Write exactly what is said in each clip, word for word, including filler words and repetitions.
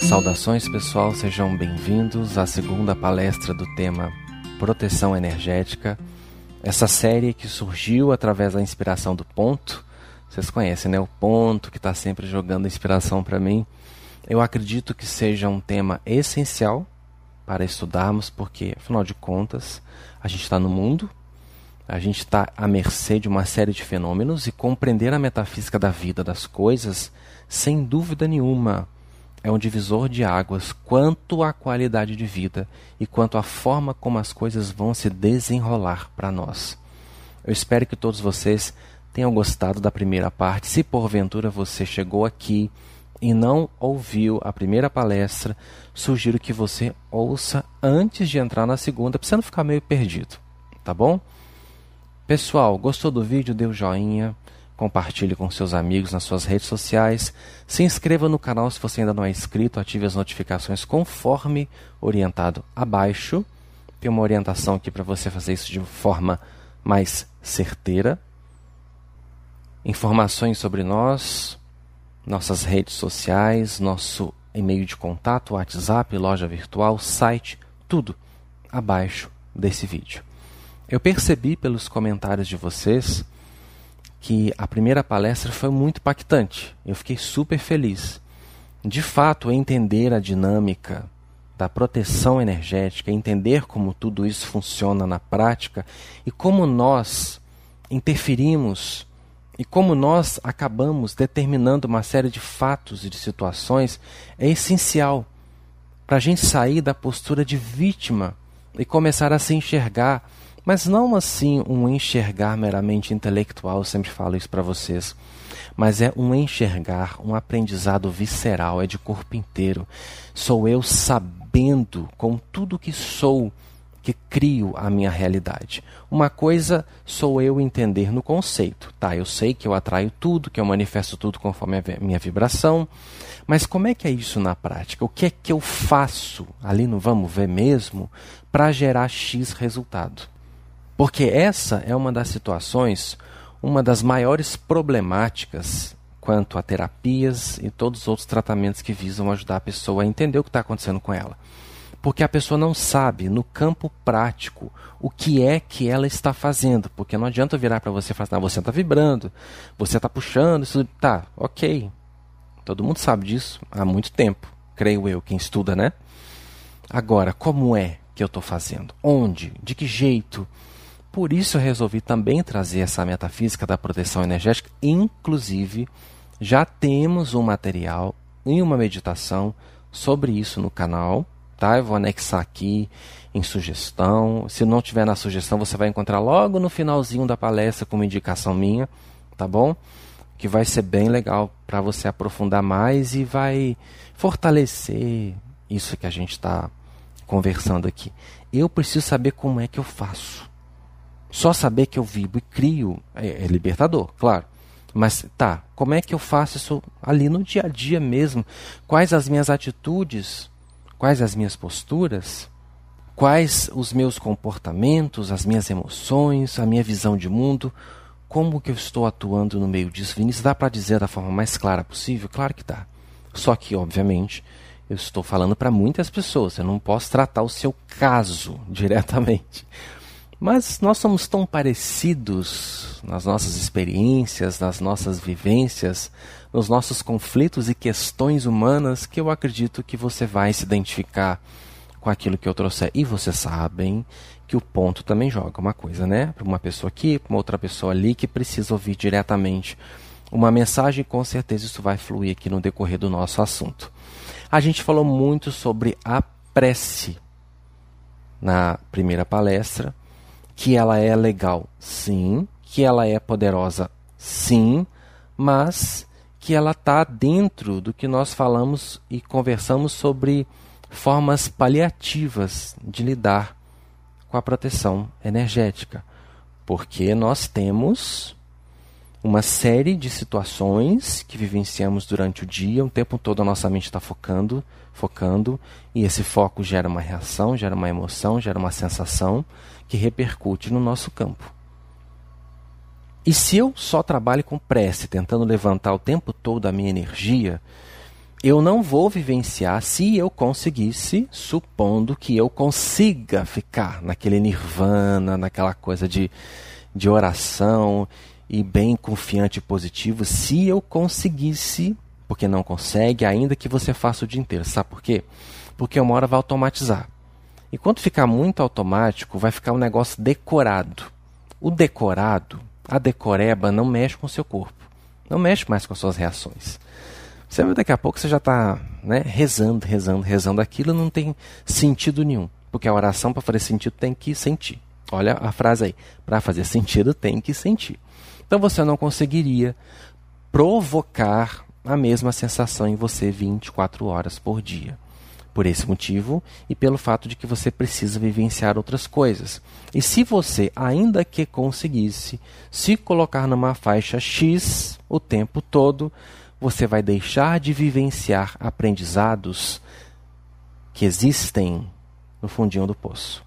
Saudações pessoal, sejam bem-vindos à segunda palestra do tema Proteção Energética. Essa série que surgiu através da inspiração do Ponto. Vocês conhecem, né? O Ponto que está sempre jogando inspiração para mim. Eu acredito que seja um tema essencial para estudarmos, porque, afinal de contas, a gente está no mundo, a gente está à mercê de uma série de fenômenos e compreender a metafísica da vida, das coisas, sem dúvida nenhuma, é um divisor de águas quanto à qualidade de vida e quanto à forma como as coisas vão se desenrolar para nós. Eu espero que todos vocês tenham gostado da primeira parte. Se porventura você chegou aqui e não ouviu a primeira palestra, sugiro que você ouça antes de entrar na segunda, para você não ficar meio perdido, tá bom? Pessoal, gostou do vídeo? Dê o joinha. Compartilhe com seus amigos nas suas redes sociais. Se inscreva no canal se você ainda não é inscrito. Ative as notificações conforme orientado abaixo. Tem uma orientação aqui para você fazer isso de forma mais certeira. Informações sobre nós, nossas redes sociais, nosso e-mail de contato, WhatsApp, loja virtual, site, tudo abaixo desse vídeo. Eu percebi pelos comentários de vocês que a primeira palestra foi muito impactante. Eu fiquei super feliz. De fato, entender a dinâmica da proteção energética, entender como tudo isso funciona na prática e como nós interferimos e como nós acabamos determinando uma série de fatos e de situações é essencial para a gente sair da postura de vítima e começar a se enxergar. Mas não assim um enxergar meramente intelectual, eu sempre falo isso para vocês, mas é um enxergar, um aprendizado visceral, é de corpo inteiro. Sou eu sabendo com tudo que sou, que crio a minha realidade. Uma coisa sou eu entender no conceito, tá? Eu sei que eu atraio tudo, que eu manifesto tudo conforme a minha vibração, mas como é que é isso na prática? O que é que eu faço ali no vamos ver mesmo para gerar X resultado? Porque essa é uma das situações, uma das maiores problemáticas quanto a terapias e todos os outros tratamentos que visam ajudar a pessoa a entender o que está acontecendo com ela. Porque a pessoa não sabe, no campo prático, o que é que ela está fazendo. Porque não adianta eu virar para você e falar assim, você está vibrando, você está puxando, isso tá, ok. Todo mundo sabe disso há muito tempo, creio eu, quem estuda, né? Agora, como é que eu estou fazendo? Onde? De que jeito? Por isso eu resolvi também trazer essa metafísica da proteção energética. Inclusive, já temos um material e uma meditação sobre isso no canal. Tá? Eu vou anexar aqui em sugestão. Se não tiver na sugestão, você vai encontrar logo no finalzinho da palestra com uma indicação minha. Tá bom? Que vai ser bem legal para você aprofundar mais e vai fortalecer isso que a gente está conversando aqui. Eu preciso saber como é que eu faço. Só saber que eu vibro e crio é, é libertador, claro. Mas tá, como é que eu faço isso ali no dia a dia mesmo? Quais as minhas atitudes? Quais as minhas posturas? Quais os meus comportamentos, as minhas emoções, a minha visão de mundo? Como que eu estou atuando no meio disso? Vinícius, dá para dizer da forma mais clara possível? Claro que dá. Só que, obviamente, eu estou falando para muitas pessoas. Eu não posso tratar o seu caso diretamente. Mas nós somos tão parecidos nas nossas experiências, nas nossas vivências, nos nossos conflitos e questões humanas, que eu acredito que você vai se identificar com aquilo que eu trouxer. E vocês sabem que o ponto também joga uma coisa, né? Para uma pessoa aqui, para uma outra pessoa ali, que precisa ouvir diretamente uma mensagem, com certeza isso vai fluir aqui no decorrer do nosso assunto. A gente falou muito sobre a prece na primeira palestra. Que ela é legal, sim. Que ela é poderosa, sim. Mas que ela está dentro do que nós falamos e conversamos sobre formas paliativas de lidar com a proteção energética. Porque nós temos uma série de situações que vivenciamos durante o dia, o tempo todo a nossa mente está focando, focando, e esse foco gera uma reação, gera uma emoção, gera uma sensação que repercute no nosso campo. E se eu só trabalho com prece, tentando levantar o tempo todo a minha energia, eu não vou vivenciar se eu conseguisse, supondo que eu consiga ficar naquele nirvana, naquela coisa de, de oração e bem confiante e positivo, se eu conseguisse, porque não consegue, ainda que você faça o dia inteiro. Sabe por quê? Porque uma hora vai automatizar. E quando ficar muito automático, vai ficar um negócio decorado. O decorado, a decoreba, não mexe com o seu corpo. Não mexe mais com as suas reações. Você vê, daqui a pouco você já está, né, rezando, rezando, rezando aquilo, não tem sentido nenhum. Porque a oração, para fazer sentido, tem que sentir. Olha a frase aí. Para fazer sentido, tem que sentir. Então você não conseguiria provocar a mesma sensação em você vinte e quatro horas por dia. Por esse motivo e pelo fato de que você precisa vivenciar outras coisas. E se você, ainda que conseguisse, se colocar numa faixa X o tempo todo, você vai deixar de vivenciar aprendizados que existem no fundinho do poço.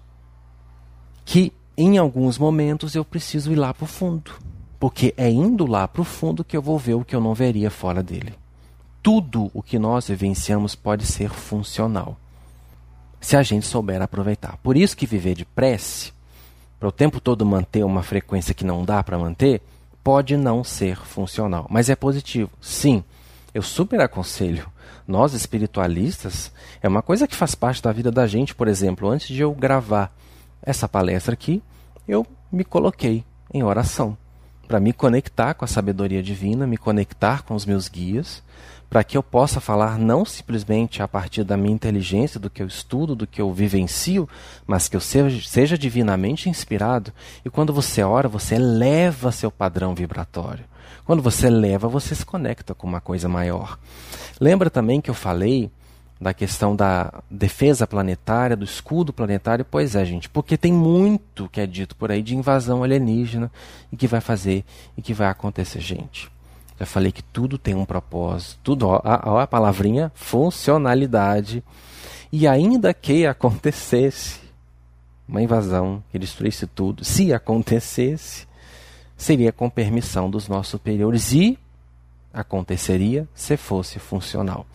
Que em alguns momentos eu preciso ir lá para o fundo. Porque é indo lá para o fundo que eu vou ver o que eu não veria fora dele. Tudo o que nós vivenciamos pode ser funcional, se a gente souber aproveitar. Por isso que viver de prece, para o tempo todo manter uma frequência que não dá para manter, pode não ser funcional. Mas é positivo. Sim, eu super aconselho. Nós espiritualistas, é uma coisa que faz parte da vida da gente. Por exemplo, antes de eu gravar essa palestra aqui, eu me coloquei em oração. Para me conectar com a sabedoria divina, me conectar com os meus guias, para que eu possa falar não simplesmente a partir da minha inteligência, do que eu estudo, do que eu vivencio, mas que eu seja, seja divinamente inspirado. E quando você ora, você eleva seu padrão vibratório. Quando você eleva, você se conecta com uma coisa maior. Lembra também que eu falei da questão da defesa planetária, do escudo planetário? Pois é, gente, porque tem muito que é dito por aí de invasão alienígena e que vai fazer e que vai acontecer, gente. Já falei que tudo tem um propósito, tudo, ó, ó a palavrinha, funcionalidade. E ainda que acontecesse uma invasão que destruísse tudo, se acontecesse, seria com permissão dos nossos superiores e aconteceria se fosse funcional.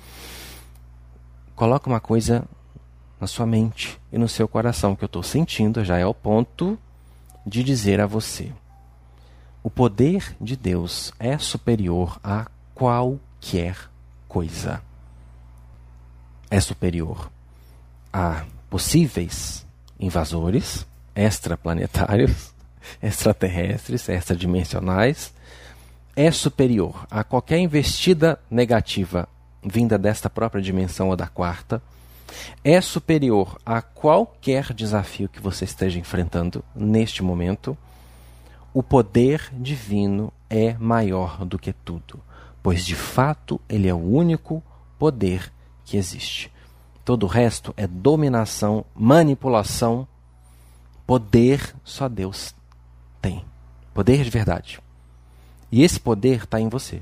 Coloca uma coisa na sua mente e no seu coração que eu estou sentindo, já é o ponto de dizer a você. O poder de Deus é superior a qualquer coisa. É superior a possíveis invasores extraplanetários, extraterrestres, extradimensionais. É superior a qualquer investida negativa vinda desta própria dimensão ou da quarta. É superior a qualquer desafio que você esteja enfrentando neste momento. O poder divino é maior do que tudo, pois de fato ele é o único poder que existe. Todo o resto é dominação, manipulação. Poder só Deus tem. Poder de verdade. E esse poder está em você.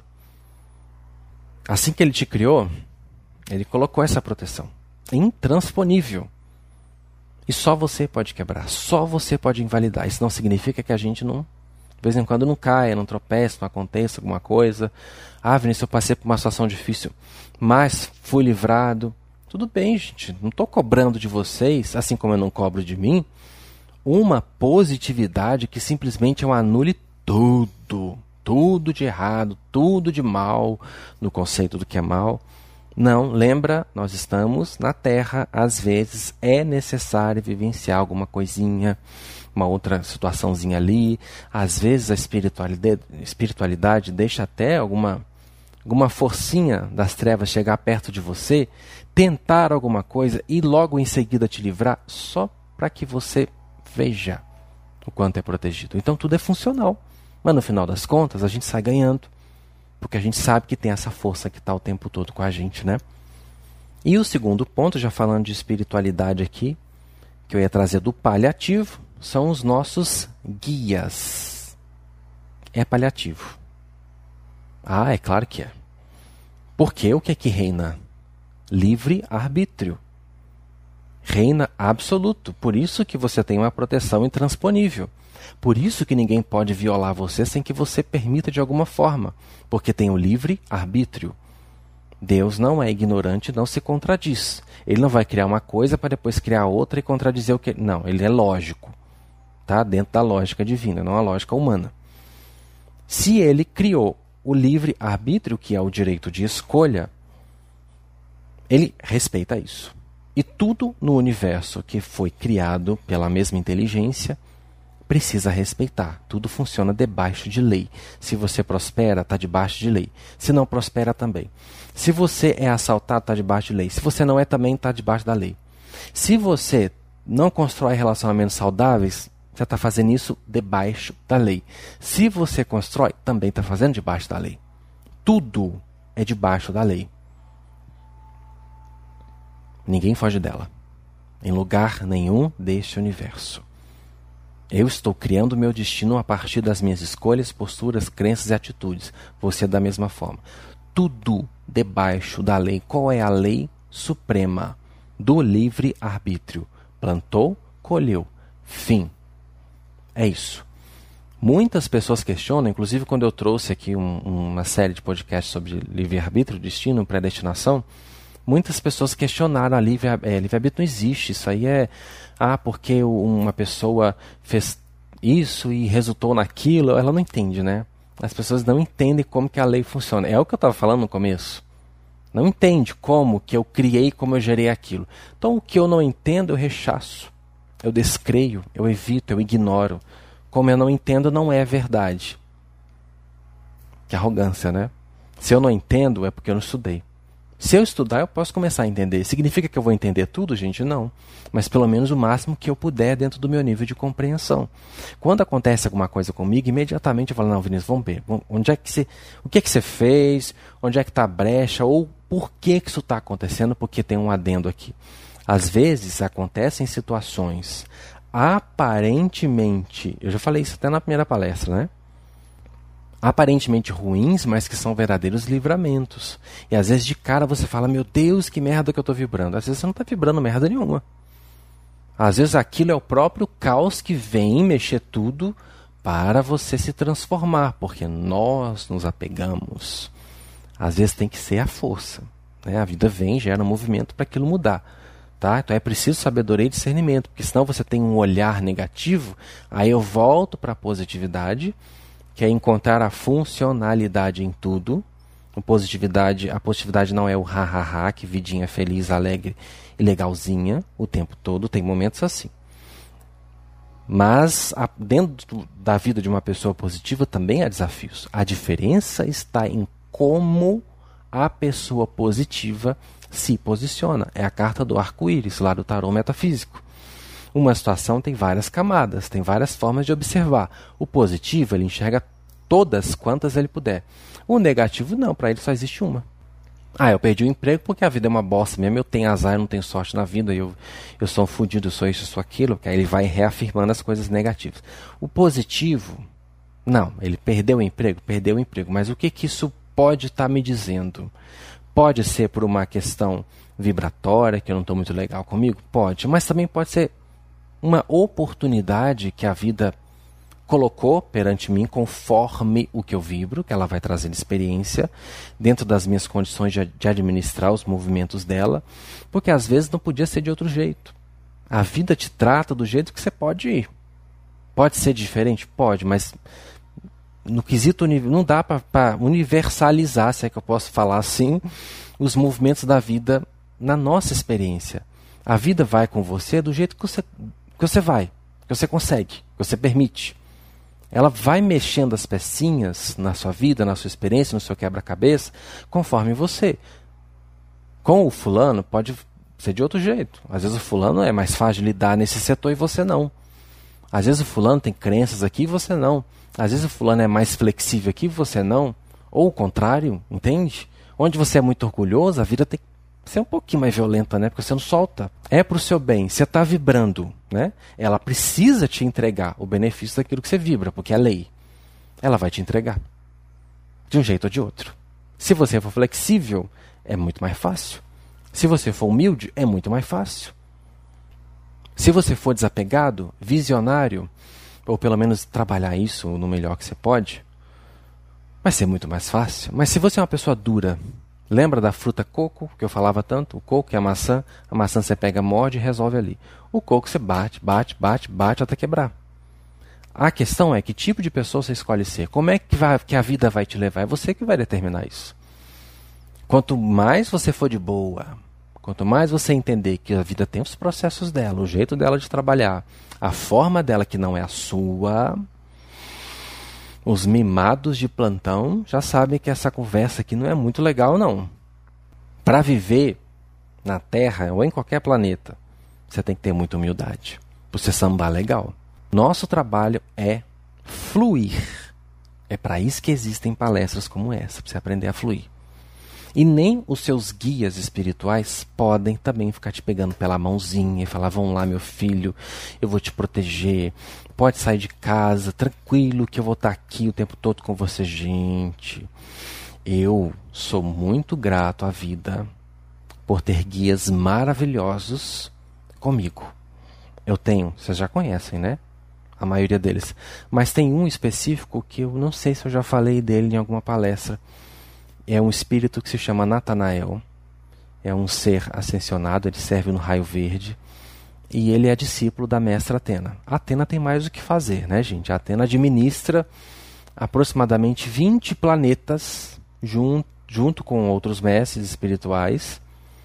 Assim que ele te criou, ele colocou essa proteção. Intransponível. E só você pode quebrar, só você pode invalidar. Isso não significa que a gente não, de vez em quando, não caia, não tropece, não aconteça alguma coisa. Ah, Vinícius, eu passei por uma situação difícil, mas fui livrado. Tudo bem, gente, não estou cobrando de vocês, assim como eu não cobro de mim, uma positividade que simplesmente eu anule tudo. Tudo de errado, tudo de mal, no conceito do que é mal. Não, lembra, nós estamos na Terra, às vezes é necessário vivenciar alguma coisinha, uma outra situaçãozinha ali. Às vezes a espiritualidade, espiritualidade deixa até alguma, alguma forcinha das trevas chegar perto de você, tentar alguma coisa e logo em seguida te livrar, só para que você veja o quanto é protegido. Então tudo é funcional. Mas no final das contas, a gente sai ganhando. Porque a gente sabe que tem essa força que está o tempo todo com a gente, né? E o segundo ponto, já falando de espiritualidade aqui, que eu ia trazer do paliativo, são os nossos guias. É paliativo. Ah, é claro que é. Porque o que é que reina? Livre-arbítrio. Reina absoluto. Por isso que você tem uma proteção intransponível. Por isso que ninguém pode violar você sem que você permita de alguma forma. Porque tem o livre-arbítrio. Deus não é ignorante, não se contradiz. Ele não vai criar uma coisa para depois criar outra e contradizer o que... Não, ele é lógico. Tá? Dentro da lógica divina, não a lógica humana. Se ele criou o livre-arbítrio, que é o direito de escolha, ele respeita isso. E tudo no universo que foi criado pela mesma inteligência precisa respeitar. Tudo funciona debaixo de lei. Se você prospera, está debaixo de lei. Se não prospera, também. Se você é assaltado, está debaixo de lei. Se você não é, também está debaixo da lei. Se você não constrói relacionamentos saudáveis, você está fazendo isso debaixo da lei. Se você constrói, também está fazendo debaixo da lei. Tudo é debaixo da lei. Ninguém foge dela. Em lugar nenhum deste universo. Eu estou criando meu destino a partir das minhas escolhas, posturas, crenças e atitudes. Você da mesma forma. Tudo debaixo da lei. Qual é a lei suprema? Do livre-arbítrio. Plantou, colheu. Fim. É isso. Muitas pessoas questionam, inclusive quando eu trouxe aqui um, uma série de podcasts sobre livre-arbítrio, destino, predestinação, muitas pessoas questionaram a livre-arbítrio. É, livre-arbítrio não existe. Isso aí é... Ah, porque uma pessoa fez isso e resultou naquilo. Ela não entende, né? As pessoas não entendem como que a lei funciona. É o que eu estava falando no começo. Não entende como que eu criei, como eu gerei aquilo. Então, o que eu não entendo, eu rechaço. Eu descreio, eu evito, eu ignoro. Como eu não entendo, não é verdade. Que arrogância, né? Se eu não entendo, é porque eu não estudei. Se eu estudar, eu posso começar a entender. Significa que eu vou entender tudo, gente? Não. Mas pelo menos o máximo que eu puder dentro do meu nível de compreensão. Quando acontece alguma coisa comigo, imediatamente eu falo, não, Vinícius, vamos ver. Onde é que você, o que é que você fez? Onde é que está a brecha? Ou por que, que isso está acontecendo? Porque tem um adendo aqui. Às vezes acontecem situações aparentemente, eu já falei isso até na primeira palestra, né? Aparentemente ruins, mas que são verdadeiros livramentos. E às vezes de cara você fala, meu Deus, que merda que eu estou vibrando. Às vezes você não está vibrando merda nenhuma. Às vezes aquilo é o próprio caos que vem mexer tudo para você se transformar, porque nós nos apegamos. Às vezes tem que ser a força, né? A vida vem, gera um movimento para aquilo mudar. Tá? Então é preciso sabedoria e discernimento, porque senão você tem um olhar negativo, aí eu volto para a positividade, que é encontrar a funcionalidade em tudo. A positividade, a positividade não é o ha-ha-ha, que vidinha feliz, alegre e legalzinha o tempo todo. Tem momentos assim. Mas a, dentro da vida de uma pessoa positiva também há desafios. A diferença está em como a pessoa positiva se posiciona. É a carta do arco-íris, lá do tarô metafísico. Uma situação tem várias camadas, tem várias formas de observar. O positivo, ele enxerga todas quantas ele puder. O negativo, não, para ele só existe uma. Ah, eu perdi o emprego porque a vida é uma bosta mesmo, eu tenho azar, eu não tenho sorte na vida, eu, eu sou um fudido, eu sou isso, eu sou aquilo, porque aí ele vai reafirmando as coisas negativas. O positivo, não, ele perdeu o emprego, perdeu o emprego, mas o que, que isso pode estar tá me dizendo? Pode ser por uma questão vibratória, que eu não estou muito legal comigo? Pode, mas também pode ser uma oportunidade que a vida colocou perante mim conforme o que eu vibro, que ela vai trazendo experiência dentro das minhas condições de, de administrar os movimentos dela, porque às vezes não podia ser de outro jeito. A vida te trata do jeito que você pode ir. Pode ser diferente? Pode, mas no quesito não dá para universalizar, se é que eu posso falar assim, os movimentos da vida na nossa experiência. A vida vai com você do jeito que você que você vai, que você consegue, que você permite. Ela vai mexendo as pecinhas na sua vida, na sua experiência, no seu quebra-cabeça, conforme você. Com o fulano pode ser de outro jeito. Às vezes o fulano é mais fácil de lidar nesse setor e você não. Às vezes o fulano tem crenças aqui e você não. Às vezes o fulano é mais flexível aqui e você não. Ou o contrário, entende? Onde você é muito orgulhoso, a vida tem que ser um pouquinho mais violenta, né? Porque você não solta. É para o seu bem. Você está vibrando, né? Ela precisa te entregar o benefício daquilo que você vibra, porque é lei. Ela vai te entregar. De um jeito ou de outro. Se você for flexível, é muito mais fácil. Se você for humilde, é muito mais fácil. Se você for desapegado, visionário, ou pelo menos trabalhar isso no melhor que você pode, vai ser muito mais fácil. Mas se você é uma pessoa dura, Lembra da fruta coco, que eu falava tanto? O coco e a maçã. A maçã você pega, morde e resolve ali. O coco você bate, bate, bate, bate até quebrar. A questão é que tipo de pessoa você escolhe ser. Como é que, vai, que a vida vai te levar? É você que vai determinar isso. Quanto mais você for de boa, quanto mais você entender que a vida tem os processos dela, o jeito dela de trabalhar, a forma dela que não é a sua, os mimados de plantão já sabem que essa conversa aqui não é muito legal, não. Para viver na Terra ou em qualquer planeta, você tem que ter muita humildade. Para você sambar legal. Nosso trabalho é fluir. É para isso que existem palestras como essa, para você aprender a fluir. E nem os seus guias espirituais podem também ficar te pegando pela mãozinha e falar, vamos lá meu filho, eu vou te proteger, pode sair de casa, tranquilo que eu vou estar aqui o tempo todo com você. Gente, eu sou muito grato à vida por ter guias maravilhosos comigo. Eu tenho, vocês já conhecem, né? A maioria deles. Mas tem um específico que eu não sei se eu já falei dele em alguma palestra. É um espírito que se chama Natanael. É um ser ascensionado, ele serve no raio verde. E ele é discípulo da mestra Atena. A Atena tem mais o que fazer, né, gente? A Atena administra aproximadamente vinte planetas jun junto com outros mestres espirituais.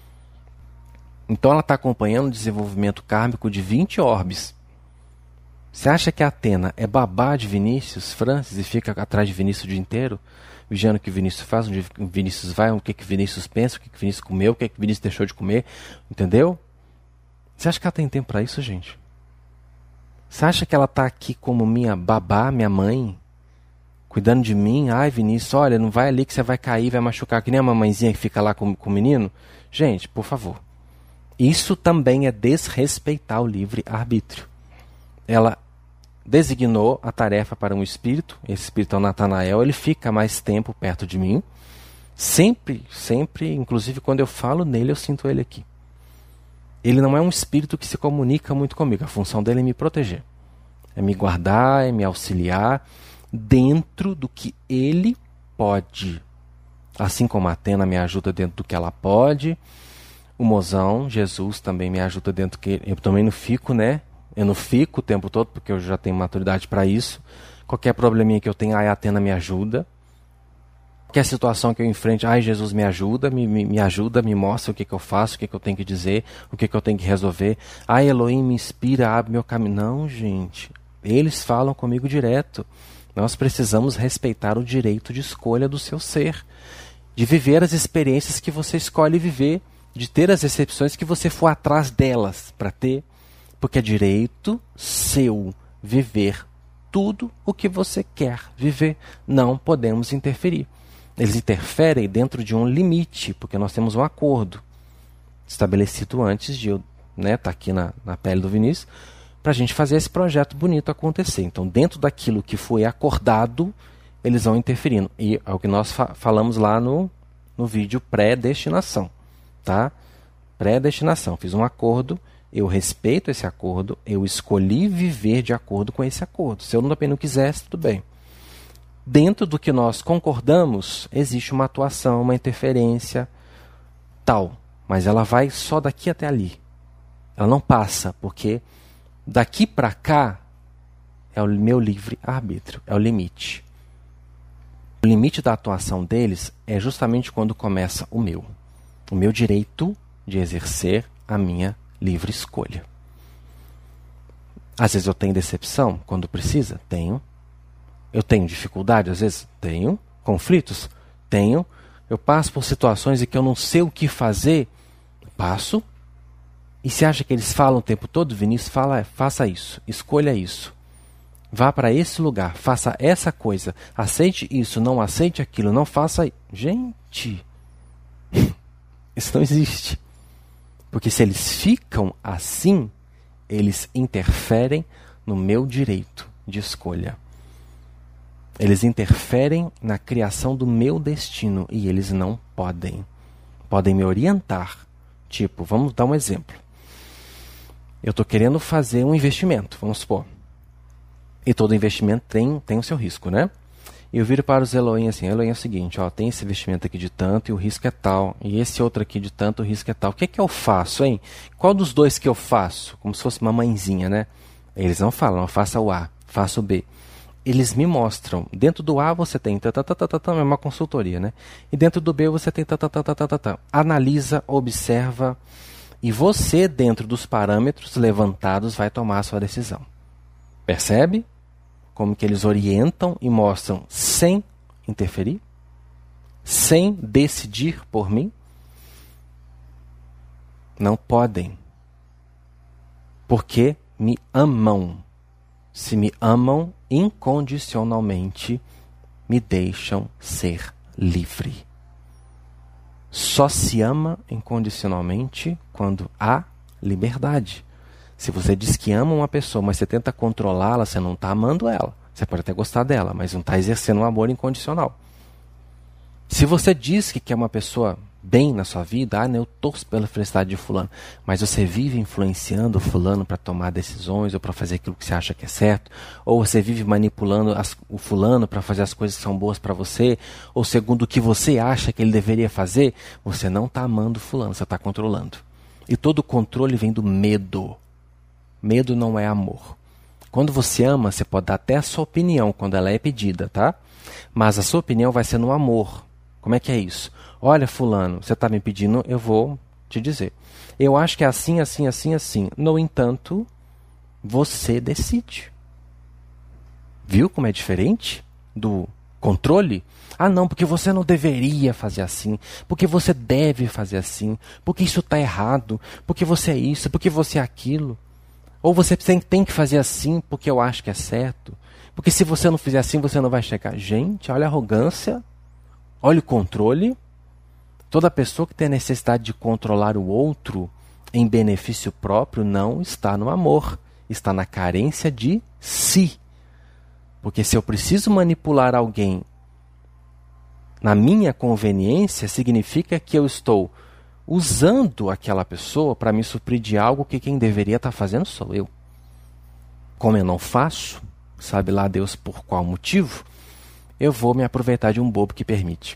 Então ela está acompanhando o desenvolvimento kármico de vinte orbes. Você acha que a Atena é babá de Vinícius, Francis, e fica atrás de Vinícius o dia inteiro? Vigiando o que Vinícius faz, onde Vinícius vai, o que, que Vinícius pensa, o que, que Vinícius comeu, o que, que Vinícius deixou de comer, entendeu? Você acha que ela tem tempo para isso, gente? Você acha que ela está aqui como minha babá, minha mãe, cuidando de mim? Ai, Vinícius, olha, não vai ali que você vai cair, vai machucar, que nem a mamãezinha que fica lá com, com o menino? Gente, por favor. Isso também é desrespeitar o livre-arbítrio. Ela designou a tarefa para um espírito, esse espírito é o Natanael, ele fica mais tempo perto de mim, sempre, sempre, inclusive quando eu falo nele, eu sinto ele aqui. Ele não é um espírito que se comunica muito comigo, a função dele é me proteger, é me guardar, é me auxiliar, dentro do que ele pode. Assim como a Atena me ajuda dentro do que ela pode, o mozão, Jesus, também me ajuda dentro do que... Eu também não fico, né? Eu não fico o tempo todo, porque eu já tenho maturidade para isso. Qualquer probleminha que eu tenha, ai, a Atena me ajuda. Qualquer situação que eu enfrente, ai, Jesus me ajuda, me, me, me ajuda, me mostra o que, que eu faço, o que, que eu tenho que dizer, o que, que eu tenho que resolver. Ai, Elohim me inspira, abre meu caminho. Não, gente. Eles falam comigo direto. Nós precisamos respeitar o direito de escolha do seu ser. De viver as experiências que você escolhe viver. De ter as recepções que você for atrás delas para ter. Porque é direito seu viver tudo o que você quer viver. Não podemos interferir. Eles interferem dentro de um limite, porque nós temos um acordo estabelecido antes de eu né, tá aqui na, na pele do Vinícius, para a gente fazer esse projeto bonito acontecer. Então, dentro daquilo que foi acordado, eles vão interferindo. E é o que nós fa falamos lá no, no vídeo pré-destinação. Tá? Pré-destinação. Fiz um acordo. Eu respeito esse acordo, eu escolhi viver de acordo com esse acordo. Se eu também não quisesse, tudo bem. Dentro do que nós concordamos, existe uma atuação, uma interferência, tal. Mas ela vai só daqui até ali. Ela não passa, porque daqui para cá é o meu livre-arbítrio, é o limite. O limite da atuação deles é justamente quando começa o meu. O meu direito de exercer a minha livre escolha. Às vezes eu tenho decepção quando precisa? Tenho. Eu tenho dificuldade? Às vezes? Tenho. Conflitos? Tenho. Eu passo por situações em que eu não sei o que fazer? Passo. E se acha que eles falam o tempo todo? Vinícius, fala, faça isso, escolha isso. Vá para esse lugar, faça essa coisa. Aceite isso, não aceite aquilo, não faça... Gente, isso não existe. Porque se eles ficam assim, eles interferem no meu direito de escolha. Eles interferem na criação do meu destino e eles não podem. Podem me orientar. Tipo, vamos dar um exemplo. Eu estou querendo fazer um investimento, vamos supor. E todo investimento tem, tem o seu risco, né? E eu viro para os Elohim assim, Elohim é o seguinte, ó, tem esse investimento aqui de tanto e o risco é tal, e esse outro aqui de tanto o risco é tal. O que é que eu faço, hein? Qual dos dois que eu faço? Como se fosse uma mãezinha, né? Eles não falam, não, faça o A, faça o B. Eles me mostram, dentro do A você tem tatatata, é uma consultoria, né? E dentro do B você tem tatatata. Analisa, observa, e você, dentro dos parâmetros levantados, vai tomar a sua decisão. Percebe? Como que eles orientam e mostram sem interferir? Sem decidir por mim? Não podem. Porque me amam. Se me amam incondicionalmente, me deixam ser livre. Só se ama incondicionalmente quando há liberdade. Se você diz que ama uma pessoa, mas você tenta controlá-la, você não está amando ela. Você pode até gostar dela, mas não está exercendo um amor incondicional. Se você diz que quer uma pessoa bem na sua vida, ah, eu torço pela felicidade de fulano, mas você vive influenciando o fulano para tomar decisões ou para fazer aquilo que você acha que é certo, ou você vive manipulando as, o fulano para fazer as coisas que são boas para você, ou segundo o que você acha que ele deveria fazer, você não está amando o fulano, você está controlando. E todo controle vem do medo. Medo não é amor. Quando você ama, você pode dar até a sua opinião quando ela é pedida, tá? Mas a sua opinião vai ser no amor. Como é que é isso? Olha, fulano, você está me pedindo, eu vou te dizer. Eu acho que é assim, assim, assim, assim. No entanto, você decide. Viu como é diferente do controle? Ah, não, porque você não deveria fazer assim. Porque você deve fazer assim. Porque isso está errado. Porque você é isso, porque você é aquilo. Ou você tem que fazer assim porque eu acho que é certo. Porque se você não fizer assim, você não vai chegar. Gente, olha a arrogância. Olha o controle. Toda pessoa que tem a necessidade de controlar o outro em benefício próprio não está no amor. Está na carência de si. Porque se eu preciso manipular alguém na minha conveniência, significa que eu estou usando aquela pessoa para me suprir de algo que quem deveria estar fazendo sou eu. Como eu não faço, sabe lá Deus por qual motivo, eu vou me aproveitar de um bobo que permite.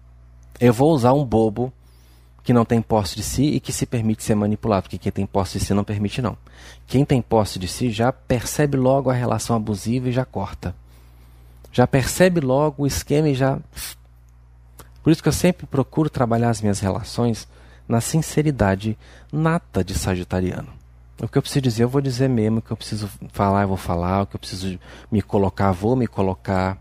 Eu vou usar um bobo que não tem posse de si e que se permite ser manipulado, porque quem tem posse de si não permite não. Quem tem posse de si já percebe logo a relação abusiva e já corta. Já percebe logo o esquema e já... Por isso que eu sempre procuro trabalhar as minhas relações na sinceridade nata de sagitariano. O que eu preciso dizer, eu vou dizer mesmo. O que eu preciso falar, eu vou falar. O que eu preciso me colocar, vou me colocar.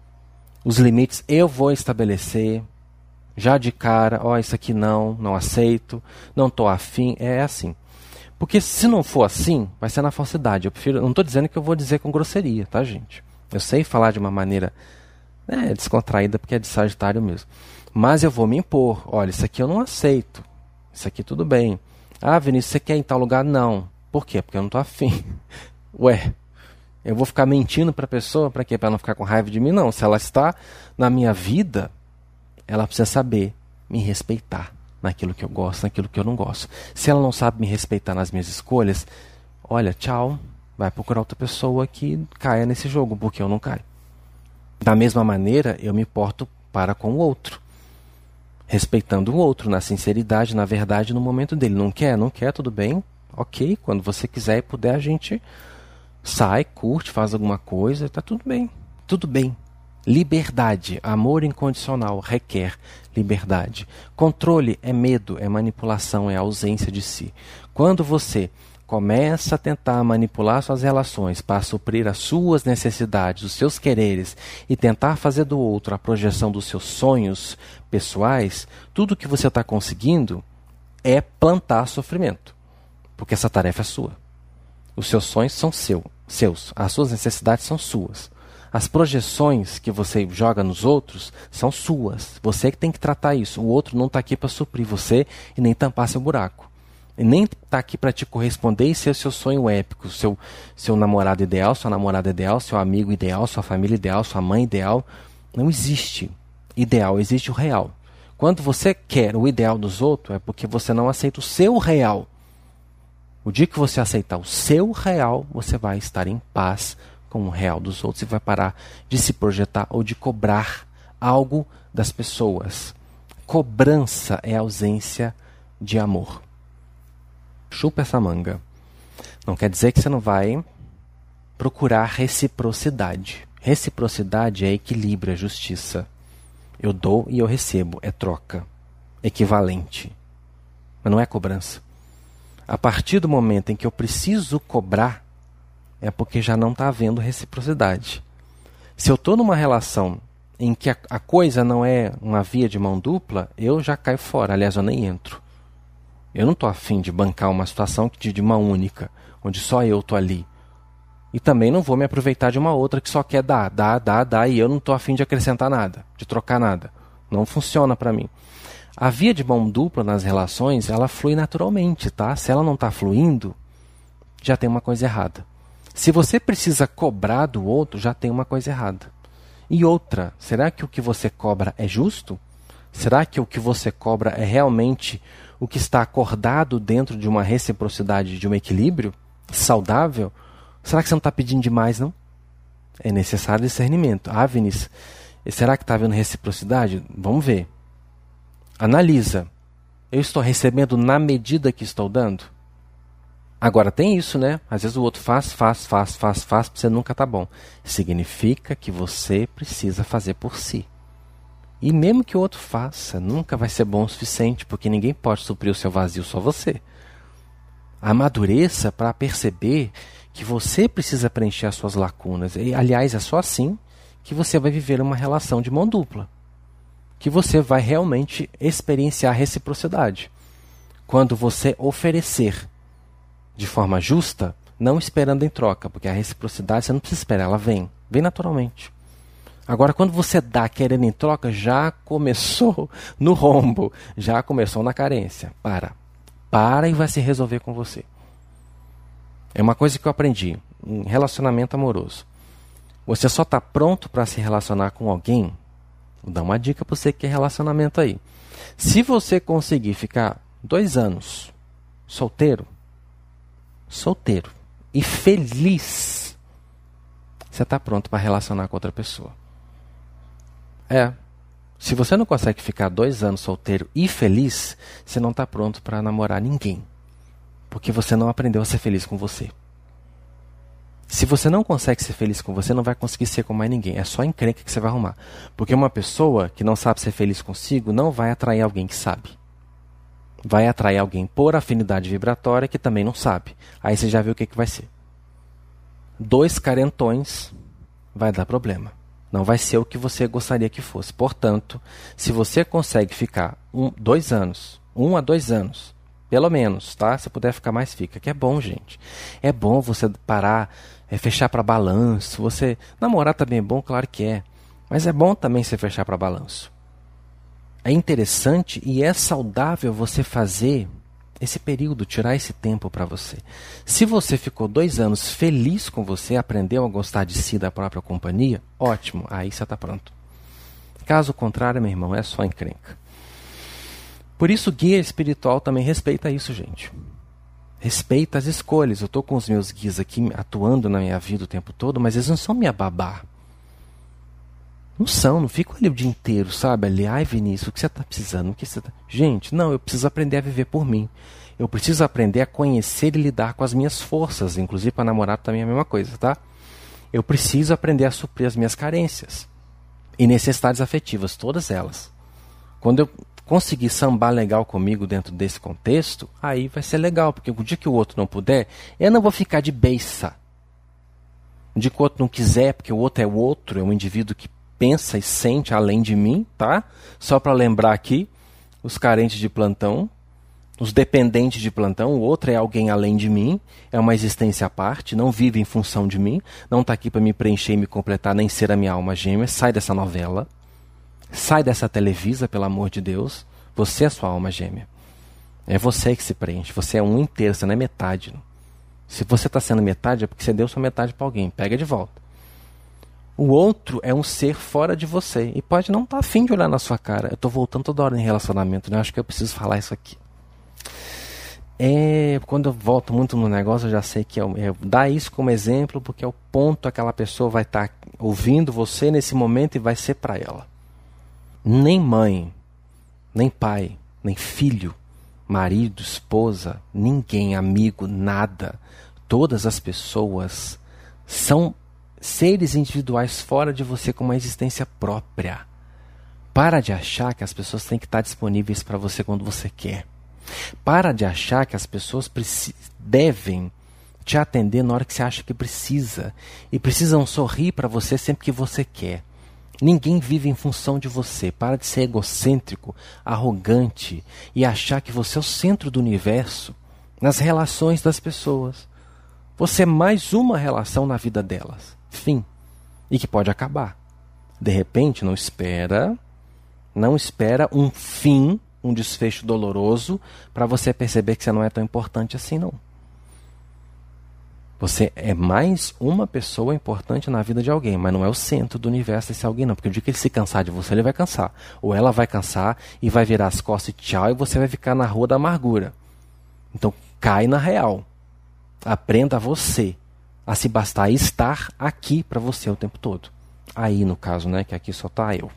Os limites eu vou estabelecer. Já de cara, ó, oh, isso aqui não, não aceito, não estou afim. É assim. Porque se não for assim, vai ser na falsidade. Eu prefiro, não estou dizendo que eu vou dizer com grosseria, tá, gente? Eu sei falar de uma maneira é, descontraída, porque é de Sagitário mesmo. Mas eu vou me impor. Olha, isso aqui eu não aceito. Isso aqui tudo bem. Ah, Vinícius, você quer ir em tal lugar? Não. Por quê? Porque eu não estou afim. Ué, eu vou ficar mentindo para a pessoa? Para quê? Para não ficar com raiva de mim? Não. Se ela está na minha vida, ela precisa saber me respeitar naquilo que eu gosto, naquilo que eu não gosto. Se ela não sabe me respeitar nas minhas escolhas, olha, tchau. Vai procurar outra pessoa que caia nesse jogo, porque eu não caio. Da mesma maneira, eu me porto para com o outro. Respeitando o outro, na sinceridade, na verdade, no momento dele. Não quer? Não quer, tudo bem. Ok, quando você quiser e puder, a gente sai, curte, faz alguma coisa, tá tudo bem. Tudo bem. Liberdade, amor incondicional requer liberdade. Controle é medo, é manipulação, é ausência de si. Quando você começa a tentar manipular suas relações para suprir as suas necessidades, os seus quereres e tentar fazer do outro a projeção dos seus sonhos pessoais, tudo que você está conseguindo é plantar sofrimento. Porque essa tarefa é sua. Os seus sonhos são seu, seus, as suas necessidades são suas. As projeções que você joga nos outros são suas. Você que tem que tratar isso. O outro não está aqui para suprir você e nem tampar seu buraco. E nem está aqui para te corresponder e ser o seu sonho épico, seu, seu namorado ideal, sua namorada ideal, seu amigo ideal, sua família ideal, sua mãe ideal. Não existe ideal, existe o real. Quando você quer o ideal dos outros, é porque você não aceita o seu real. O dia que você aceitar o seu real, você vai estar em paz com o real dos outros e vai parar de se projetar ou de cobrar algo das pessoas. Cobrança é ausência de amor. Chupa essa manga. Não quer dizer que você não vai procurar reciprocidade. Reciprocidade é equilíbrio, é justiça. Eu dou e eu recebo, é troca. Equivalente. Mas não é cobrança. A partir do momento em que eu preciso cobrar, é porque já não está havendo reciprocidade. Se eu estou numa relação em que a, a coisa não é uma via de mão dupla, eu já caio fora. Aliás, eu nem entro. Eu não estou afim de bancar uma situação de, de mão única, onde só eu estou ali. E também não vou me aproveitar de uma outra que só quer dar, dar, dar, dar, e eu não estou afim de acrescentar nada, de trocar nada. Não funciona para mim. A via de mão dupla nas relações, ela flui naturalmente, tá? Se ela não está fluindo, já tem uma coisa errada. Se você precisa cobrar do outro, já tem uma coisa errada. E outra, será que o que você cobra é justo? Será que o que você cobra é realmente o que está acordado dentro de uma reciprocidade, de um equilíbrio saudável? Será que você não está pedindo demais, não? É necessário discernimento. Ah, Vinícius, será que está havendo reciprocidade? Vamos ver. Analisa. Eu estou recebendo na medida que estou dando? Agora tem isso, né? Às vezes o outro faz, faz, faz, faz, faz, você nunca tá bom. Significa que você precisa fazer por si. E mesmo que o outro faça, nunca vai ser bom o suficiente, porque ninguém pode suprir o seu vazio, só você. Amadureça para perceber que você precisa preencher as suas lacunas. E, aliás, é só assim que você vai viver uma relação de mão dupla. Que você vai realmente experienciar reciprocidade. Quando você oferecer de forma justa, não esperando em troca, porque a reciprocidade você não precisa esperar, ela vem, vem naturalmente. Agora, quando você dá querendo em troca, já começou no rombo, já começou na carência. Para, para e vai se resolver com você. É uma coisa que eu aprendi em relacionamento amoroso. Você só está pronto para se relacionar com alguém? Vou dar uma dica para você que quer relacionamento aí. Se você conseguir ficar dois anos solteiro, solteiro e feliz, você está pronto para relacionar com outra pessoa. É. Se você não consegue ficar dois anos solteiro e feliz, você não está pronto para namorar ninguém. Porque você não aprendeu a ser feliz com você. Se você não consegue ser feliz com você, não vai conseguir ser com mais ninguém. É só encrenca que você vai arrumar. Porque uma pessoa que não sabe ser feliz consigo não vai atrair alguém que sabe. Vai atrair alguém por afinidade vibratória que também não sabe. Aí você já viu o que, que vai ser. Dois carentões vai dar problema. Não vai ser o que você gostaria que fosse. Portanto, se você consegue ficar um, dois anos, um a dois anos, pelo menos, tá? Se puder ficar mais, fica. Que é bom, gente. É bom você parar, é, fechar para balanço. Você namorar também é bom, claro que é. Mas é bom também você fechar para balanço. É interessante e é saudável você fazer esse período, tirar esse tempo para você. Se você ficou dois anos feliz com você, aprendeu a gostar de si, da própria companhia, ótimo, aí você está pronto. Caso contrário, meu irmão, é só encrenca. Por isso, guia espiritual também respeita isso, gente. Respeita as escolhas. Eu estou com os meus guias aqui atuando na minha vida o tempo todo, mas eles não são minha babá. Não são, não ficam ali o dia inteiro, sabe? Ali, ai Vinícius, o que você está precisando? O que você tá... Gente, não, eu preciso aprender a viver por mim. Eu preciso aprender a conhecer e lidar com as minhas forças. Inclusive para namorado também é a mesma coisa, tá? Eu preciso aprender a suprir as minhas carências. E necessidades afetivas, todas elas. Quando eu conseguir sambar legal comigo dentro desse contexto, aí vai ser legal. Porque o dia que o outro não puder, eu não vou ficar de beiça. O dia que o outro não quiser, porque o outro é o outro, é um indivíduo que pensa e sente além de mim, tá? Só para lembrar aqui, os carentes de plantão, os dependentes de plantão, o outro é alguém além de mim, é uma existência à parte, não vive em função de mim, não está aqui para me preencher e me completar, nem ser a minha alma gêmea. Sai dessa novela, sai dessa Televisa, pelo amor de Deus. Você é a sua alma gêmea. É você que se preenche, você é um inteiro, você não é metade. Não. Se você está sendo metade, é porque você deu sua metade para alguém, pega de volta. O outro é um ser fora de você. E pode não estar afim de olhar na sua cara. Eu estou voltando toda hora em relacionamento, né? Eu acho que eu preciso falar isso aqui. É, quando eu volto muito no negócio, eu já sei que é, é dar isso como exemplo, porque é o ponto que aquela pessoa vai estar tá ouvindo você nesse momento e vai ser para ela. Nem mãe, nem pai, nem filho, marido, esposa, ninguém, amigo, nada. Todas as pessoas são seres individuais fora de você com uma existência própria. Para de achar que as pessoas têm que estar disponíveis para você quando você quer. Para de achar que as pessoas devem te atender na hora que você acha que precisa. E precisam sorrir para você sempre que você quer. Ninguém vive em função de você. Para de ser egocêntrico, arrogante e achar que você é o centro do universo nas relações das pessoas. Você é mais uma relação na vida delas. Fim. E que pode acabar. De repente, não espera, não espera um fim, um desfecho doloroso, para você perceber que você não é tão importante assim, não. Você é mais uma pessoa importante na vida de alguém, mas não é o centro do universo esse alguém, não. Porque o dia que ele se cansar de você, ele vai cansar. Ou ela vai cansar e vai virar as costas e tchau, e você vai ficar na rua da amargura. Então, cai na real. Aprenda você a se bastar e estar aqui para você o tempo todo. Aí, no caso, né, que aqui só está eu.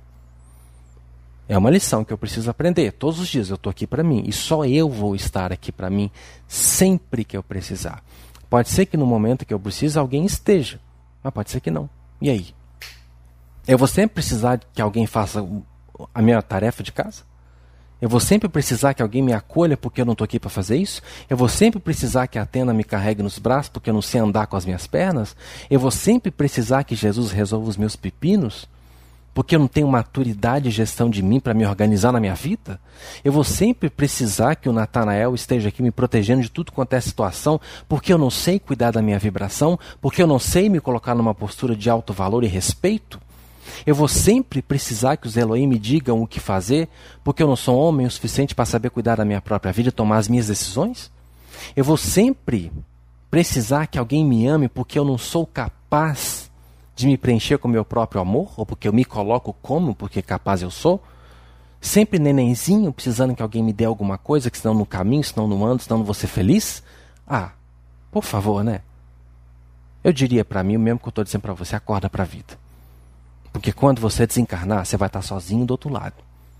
É uma lição que eu preciso aprender. Todos os dias eu estou aqui para mim. E só eu vou estar aqui para mim sempre que eu precisar. Pode ser que no momento que eu preciso alguém esteja. Mas pode ser que não. E aí? Eu vou sempre precisar que alguém faça a minha tarefa de casa? Eu vou sempre precisar que alguém me acolha porque eu não estou aqui para fazer isso? Eu vou sempre precisar que a Atena me carregue nos braços porque eu não sei andar com as minhas pernas? Eu vou sempre precisar que Jesus resolva os meus pepinos? Porque eu não tenho maturidade e gestão de mim para me organizar na minha vida? Eu vou sempre precisar que o Natanael esteja aqui me protegendo de tudo quanto é situação, porque eu não sei cuidar da minha vibração, porque eu não sei me colocar numa postura de alto valor e respeito? Eu vou sempre precisar que os Elohim me digam o que fazer, porque eu não sou homem o suficiente para saber cuidar da minha própria vida e tomar as minhas decisões? Eu vou sempre precisar que alguém me ame, porque eu não sou capaz de me preencher com o meu próprio amor, ou porque eu me coloco como, porque capaz eu sou? Sempre nenenzinho, precisando que alguém me dê alguma coisa, que senão no caminho, senão não ando, senão não vou ser feliz? Ah, por favor, né? Eu diria para mim o mesmo que eu estou dizendo para você, acorda para a vida. Porque quando você desencarnar, você vai estar sozinho do outro lado.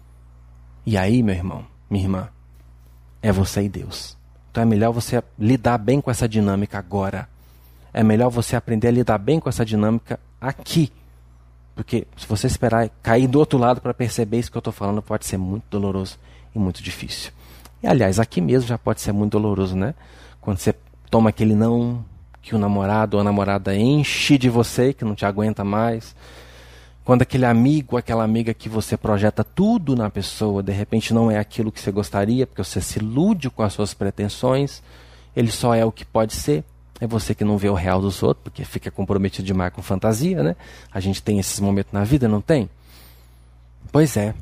E aí, meu irmão, minha irmã, é você e Deus. Então é melhor você lidar bem com essa dinâmica agora. É melhor você aprender a lidar bem com essa dinâmica aqui. Porque se você esperar cair do outro lado para perceber isso que eu estou falando, pode ser muito doloroso e muito difícil. E aliás, aqui mesmo já pode ser muito doloroso, né? Quando você toma aquele não, que o namorado ou a namorada enche de você, que não te aguenta mais. Quando aquele amigo, aquela amiga que você projeta tudo na pessoa, de repente não é aquilo que você gostaria, porque você se ilude com as suas pretensões, ele só é o que pode ser. É você que não vê o real dos outros, porque fica comprometido demais com fantasia, né? A gente tem esses momentos na vida, não tem? Pois é.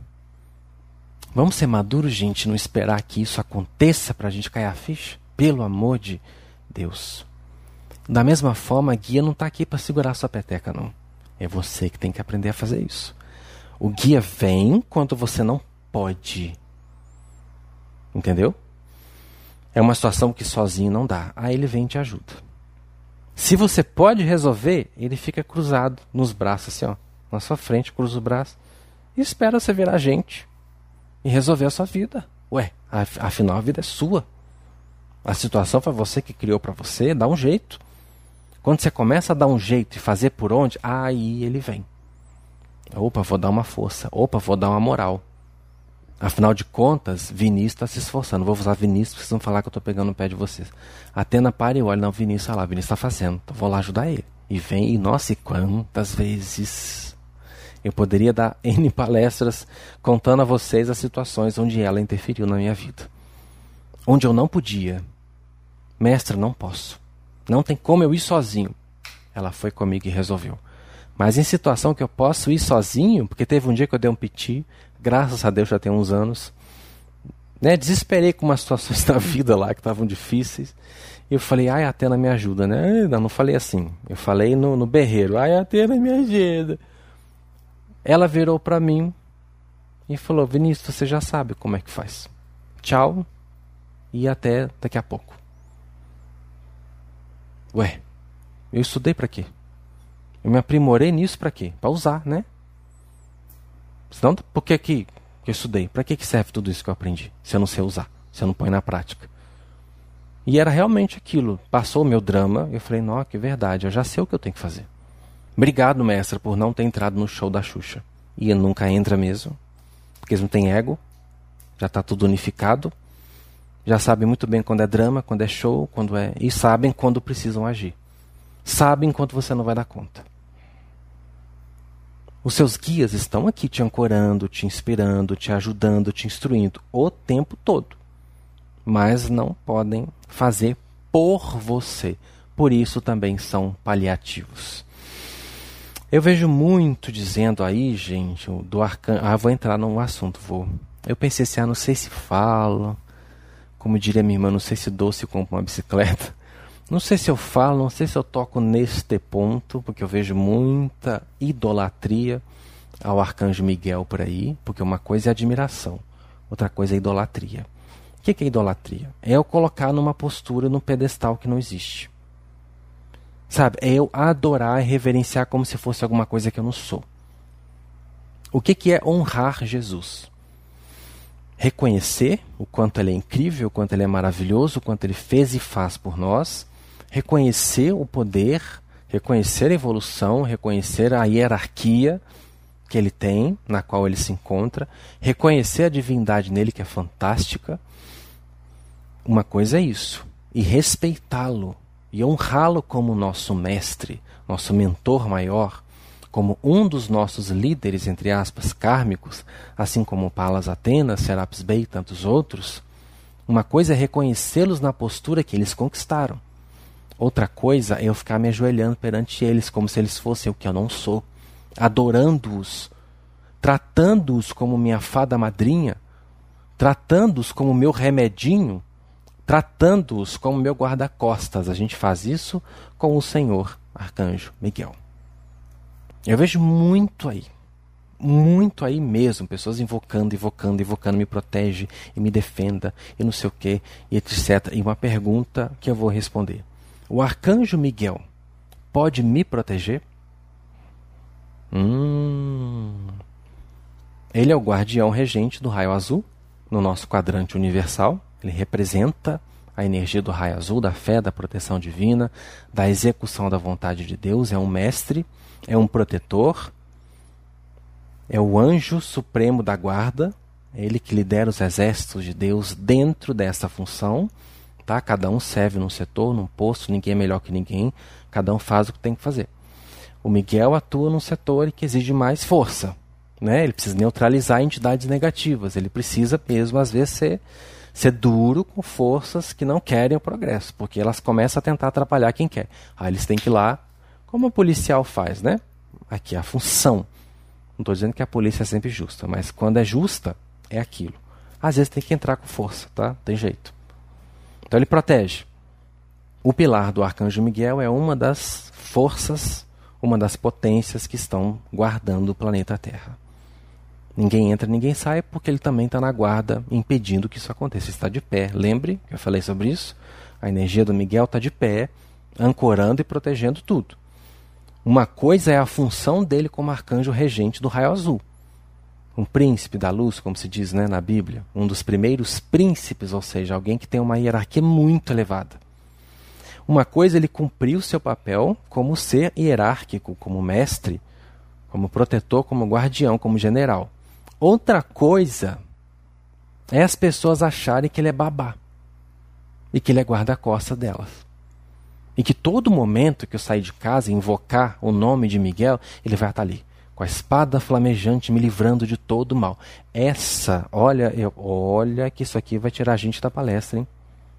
Vamos ser maduros, gente, não esperar que isso aconteça para a gente cair a ficha? Pelo amor de Deus. Da mesma forma, a guia não está aqui para segurar a sua peteca, não. É você que tem que aprender a fazer isso. O guia vem quando você não pode. Entendeu? É uma situação que sozinho não dá. Aí ele vem e te ajuda. Se você pode resolver, ele fica cruzado nos braços, assim, ó, na sua frente, cruza o braço e espera você virar gente e resolver a sua vida. Ué, afinal a vida é sua. A situação foi você que criou para você, dá um jeito. Quando você começa a dar um jeito e fazer por onde, aí ele vem. Opa, vou dar uma força. Opa, vou dar uma moral. Afinal de contas, Vinícius está se esforçando. Vou usar Vinícius, porque vocês vão falar que eu estou pegando no pé de vocês. Atena para e olha, não, Vinícius está lá, Vinícius está fazendo. Então vou lá ajudar ele. E vem, e nossa, e quantas vezes eu poderia dar N palestras contando a vocês as situações onde ela interferiu na minha vida. Onde eu não podia. Mestre, não posso. Não tem como eu ir sozinho. Ela foi comigo e resolveu. Mas em situação que eu posso ir sozinho, porque teve um dia que eu dei um piti, graças a Deus já tem uns anos, né, desesperei com umas situações da vida lá que estavam difíceis, e eu falei, ai, Atena me ajuda, né? Não, não falei assim, eu falei no, no berreiro, ai, Atena me ajuda. Ela virou para mim e falou, Vinícius, você já sabe como é que faz. Tchau, e até daqui a pouco. Ué, eu estudei para quê? Eu me aprimorei nisso para quê? Para usar, né? Senão, por que que eu estudei? Para que que serve tudo isso que eu aprendi? Se eu não sei usar, se eu não põe na prática. E era realmente aquilo. Passou o meu drama, eu falei, não, que verdade, eu já sei o que eu tenho que fazer. Obrigado, mestra, por não ter entrado no show da Xuxa. E ele nunca entra mesmo, porque eles não têm ego, já está tudo unificado, já sabem muito bem quando é drama, quando é show, quando é... e sabem quando precisam agir. Sabem quando você não vai dar conta. Os seus guias estão aqui te ancorando, te inspirando, te ajudando, te instruindo o tempo todo. Mas não podem fazer por você. Por isso também são paliativos. Eu vejo muito dizendo aí, gente, do arcanjo... Ah, vou entrar num assunto, vou. Eu pensei assim, ah, não sei se falo. Como diria minha irmã, não sei se doce compra uma bicicleta. Não sei se eu falo, não sei se eu toco neste ponto, porque eu vejo muita idolatria ao arcanjo Miguel por aí, porque uma coisa é admiração, outra coisa é idolatria. O que é idolatria? É eu colocar numa postura, num pedestal que não existe. Sabe? É eu adorar e reverenciar como se fosse alguma coisa que eu não sou. O que que é honrar Jesus? Reconhecer o quanto ele é incrível, o quanto ele é maravilhoso, o quanto ele fez e faz por nós. Reconhecer o poder, reconhecer a evolução, reconhecer a hierarquia que ele tem, na qual ele se encontra. Reconhecer a divindade nele, que é fantástica. Uma coisa é isso. E respeitá-lo. E honrá-lo como nosso mestre, nosso mentor maior, como um dos nossos líderes, entre aspas, kármicos, assim como Palas Atenas, Serapis Bey e tantos outros. Uma coisa é reconhecê-los na postura que eles conquistaram. Outra coisa é eu ficar me ajoelhando perante eles como se eles fossem o que eu não sou, adorando-os, tratando-os como minha fada madrinha, tratando-os como meu remedinho, tratando-os como meu guarda-costas. A gente faz isso com o Senhor Arcanjo Miguel. Eu vejo muito aí, muito aí mesmo, pessoas invocando, invocando, invocando, me protege e me defenda, e não sei o que, e etcétera. E uma pergunta que eu vou responder. O Arcanjo Miguel pode me proteger? Hum... Ele é o guardião regente do raio azul, no nosso quadrante universal. Ele representa a energia do raio azul, da fé, da proteção divina, da execução da vontade de Deus. É um mestre, é um protetor, é o anjo supremo da guarda. É ele que lidera os exércitos de Deus dentro dessa função. Tá? Cada um serve num setor, num posto, ninguém é melhor que ninguém. Cada um faz o que tem que fazer. O Miguel atua num setor que exige mais força. Né? Ele precisa neutralizar entidades negativas. Ele precisa mesmo, às vezes, ser... ser duro com forças que não querem o progresso, porque elas começam a tentar atrapalhar quem quer. Aí eles têm que ir lá, como o policial faz, né? Aqui é a função. Não estou dizendo que a polícia é sempre justa, mas quando é justa, é aquilo. Às vezes tem que entrar com força, tá? Tem jeito. Então ele protege. O pilar do Arcanjo Miguel é uma das forças, uma das potências que estão guardando o planeta Terra. Ninguém entra, ninguém sai, porque ele também está na guarda, impedindo que isso aconteça. Ele está de pé. Lembre que eu falei sobre isso? A energia do Miguel está de pé, ancorando e protegendo tudo. Uma coisa é a função dele como arcanjo regente do raio azul. Um príncipe da luz, como se diz, né, na Bíblia. Um dos primeiros príncipes, ou seja, alguém que tem uma hierarquia muito elevada. Uma coisa é ele cumprir o seu papel como ser hierárquico, como mestre, como protetor, como guardião, como general. Outra coisa é as pessoas acharem que ele é babá e que ele é guarda-costas delas. E que todo momento que eu sair de casa e invocar o nome de Miguel, ele vai estar ali, com a espada flamejante, me livrando de todo o mal. Essa, olha, eu, olha que isso aqui vai tirar a gente da palestra, hein?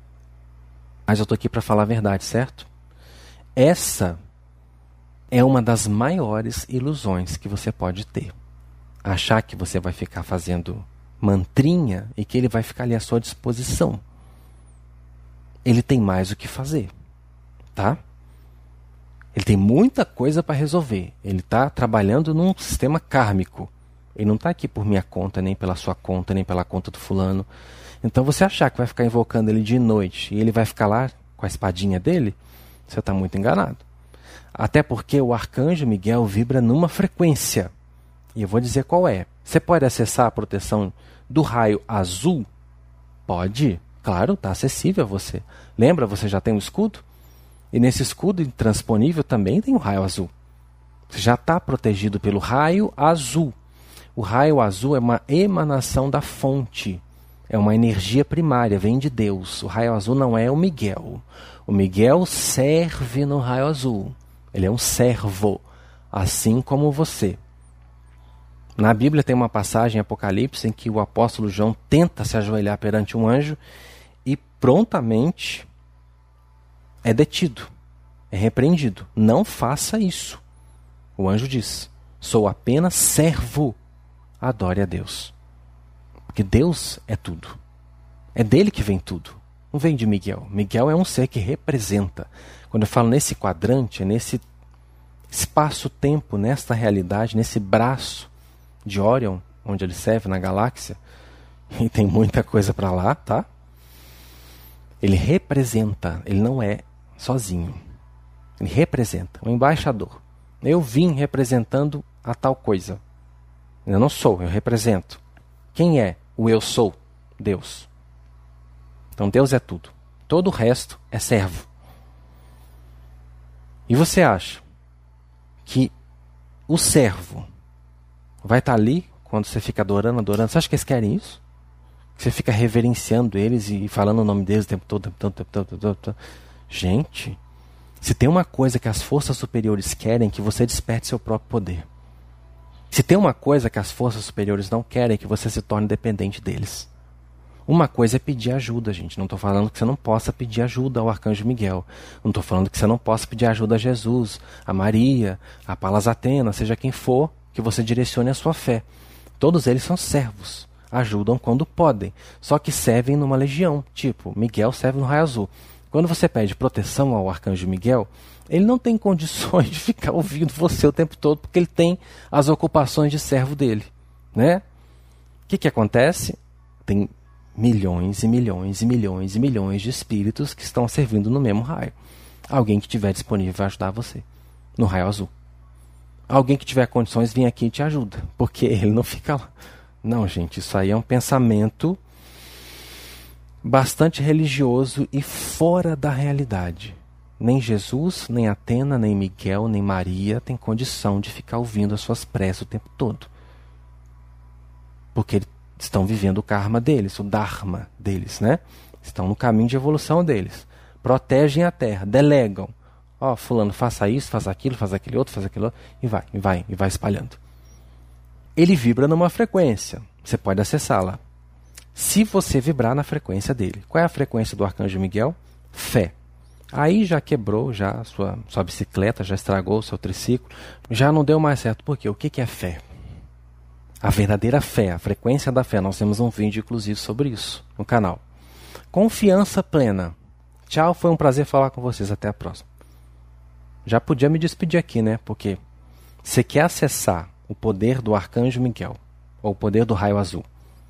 Mas eu estou aqui para falar a verdade, certo? Essa é uma das maiores ilusões que você pode ter. Achar que você vai ficar fazendo mantrinha e que ele vai ficar ali à sua disposição. Ele tem mais o que fazer, tá? Ele tem muita coisa para resolver. Ele está trabalhando num sistema kármico. Ele não está aqui por minha conta, nem pela sua conta, nem pela conta do fulano. Então você achar que vai ficar invocando ele de noite e ele vai ficar lá com a espadinha dele, você está muito enganado. Até porque o arcanjo Miguel vibra numa frequência. E eu vou dizer qual é. Você pode acessar a proteção do raio azul? Pode. Claro, está acessível a você. Lembra, você já tem um escudo? E nesse escudo intransponível também tem um raio azul. Você já está protegido pelo raio azul. O raio azul é uma emanação da fonte. É uma energia primária, vem de Deus. O raio azul não é o Miguel. O Miguel serve no raio azul. Ele é um servo, assim como você. Na Bíblia tem uma passagem em Apocalipse em que o apóstolo João tenta se ajoelhar perante um anjo e prontamente é detido, é repreendido. Não faça isso. O anjo diz: sou apenas servo, adore a Deus. Porque Deus é tudo. É dele que vem tudo. Não vem de Miguel. Miguel é um ser que representa. Quando eu falo nesse quadrante, é nesse espaço-tempo, nesta realidade, nesse braço de Órion, onde ele serve na galáxia, e tem muita coisa para lá, tá? Ele representa, ele não é sozinho. Ele representa, um embaixador. Eu vim representando a tal coisa. Eu não sou, eu represento. Quem é o eu sou? Deus. Então Deus é tudo. Todo o resto é servo. E você acha que o servo vai estar ali quando você fica adorando, adorando? Você acha que eles querem isso? Que você fica reverenciando eles e falando o nome deles o tempo todo, o tempo todo, o tempo todo, o tempo todo. Gente, se tem uma coisa que as forças superiores querem, que você desperte seu próprio poder. Se tem uma coisa que as forças superiores não querem, que você se torne dependente deles. Uma coisa é pedir ajuda, gente. Não estou falando que você não possa pedir ajuda ao Arcanjo Miguel. Não estou falando que você não possa pedir ajuda a Jesus, a Maria, a Palas Athena, seja quem for, que você direcione a sua fé. Todos eles são servos. Ajudam quando podem. Só que servem numa legião. Tipo, Miguel serve no raio azul. Quando você pede proteção ao Arcanjo Miguel, ele não tem condições de ficar ouvindo você o tempo todo, porque ele tem as ocupações de servo dele, né? O que que acontece? Tem milhões e milhões e milhões e milhões de espíritos que estão servindo no mesmo raio. Alguém que estiver disponível vai ajudar você no raio azul. Alguém que tiver condições vem aqui e te ajuda, porque ele não fica lá. Não, gente, isso aí é um pensamento bastante religioso e fora da realidade. Nem Jesus, nem Atena, nem Miguel, nem Maria tem condição de ficar ouvindo as suas preces o tempo todo. Porque eles estão vivendo o karma deles, o dharma deles, né? Estão no caminho de evolução deles. Protegem a terra, delegam. Ó, oh, fulano, faça isso, faça aquilo, faça aquele outro, faça aquilo outro, e vai, e vai, e vai espalhando. Ele vibra numa frequência. Você pode acessá-la. Se você vibrar na frequência dele. Qual é a frequência do Arcanjo Miguel? Fé. Aí já quebrou já a sua, sua bicicleta, já estragou o seu triciclo, já não deu mais certo. Por quê? O que que é fé? A verdadeira fé, a frequência da fé. Nós temos um vídeo, inclusive, sobre isso no canal. Confiança plena. Tchau, foi um prazer falar com vocês. Até a próxima. Já podia me despedir aqui, né? Porque você quer acessar o poder do Arcanjo Miguel, ou o poder do raio azul.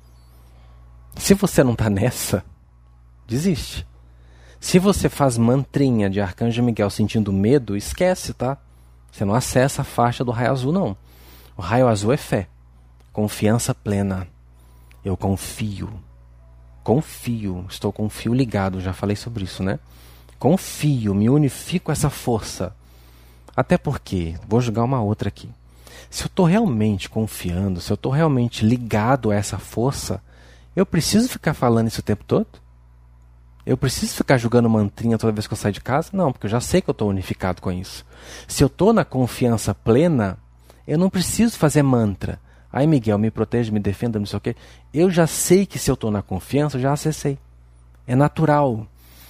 Se você não está nessa, desiste. Se você faz mantrinha de Arcanjo Miguel sentindo medo, esquece, tá? Você não acessa a faixa do raio azul, não. O raio azul é fé. Confiança plena. Eu confio. Confio. Estou com o fio ligado. Já falei sobre isso, né? Confio. Me unifico a essa força. Até porque, vou jogar uma outra aqui. Se eu estou realmente confiando, se eu estou realmente ligado a essa força, eu preciso ficar falando isso o tempo todo? Eu preciso ficar jogando mantrinha toda vez que eu saio de casa? Não, porque eu já sei que eu estou unificado com isso. Se eu estou na confiança plena, eu não preciso fazer mantra. Ai, Miguel, me proteja, me defenda, não sei o quê. Eu já sei que se eu estou na confiança, eu já acessei. É natural.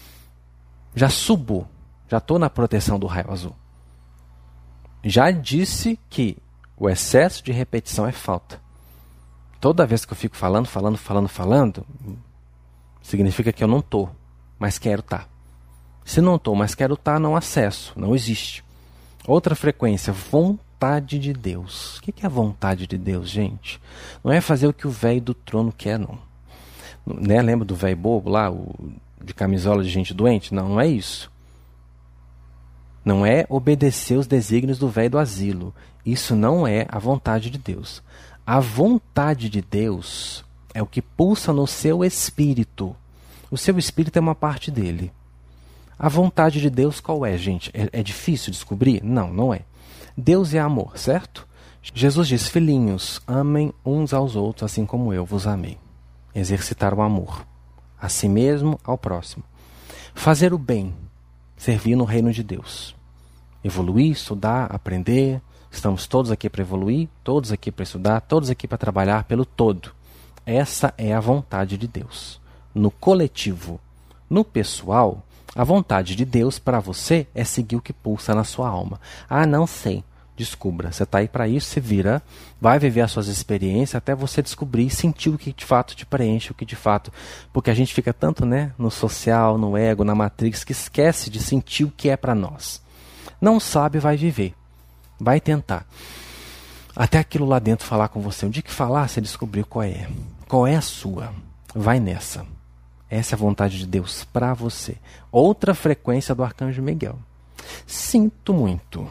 Já subo. Já estou na proteção do raio azul. Já disse que o excesso de repetição é falta. Toda vez que eu fico falando, falando, falando, falando, significa que eu não estou, mas quero estar. Se não estou, mas quero estar, não acesso, não existe. Outra frequência, vontade. vontade de Deus. O que é a vontade de Deus, gente? Não é fazer o que o velho do trono quer, não. Né? Lembra do velho bobo lá, o de camisola de gente doente? Não, não é isso. Não é obedecer os desígnios do velho do asilo. Isso não é a vontade de Deus. A vontade de Deus é o que pulsa no seu espírito. O seu espírito é uma parte dele. A vontade de Deus qual é, gente? É, é difícil descobrir? Não, não é. Deus é amor, certo? Jesus diz, filhinhos, amem uns aos outros assim como eu vos amei. Exercitar o amor. A si mesmo, ao próximo. Fazer o bem. Servir no reino de Deus. Evoluir, estudar, aprender. Estamos todos aqui para evoluir, todos aqui para estudar, todos aqui para trabalhar pelo todo. Essa é a vontade de Deus. No coletivo, no pessoal, a vontade de Deus para você é seguir o que pulsa na sua alma. Ah, não sei. Descubra. Você está aí para isso, se vira, vai viver as suas experiências até você descobrir e sentir o que de fato te preenche, o que de fato... Porque a gente fica tanto, né, no social, no ego, na matrix, que esquece de sentir o que é para nós. Não sabe, vai viver. Vai tentar. Até aquilo lá dentro falar com você. O dia que falar, você descobriu qual é. Qual é a sua. Vai nessa. Essa é a vontade de Deus para você. Outra frequência do Arcanjo Miguel. Sinto muito.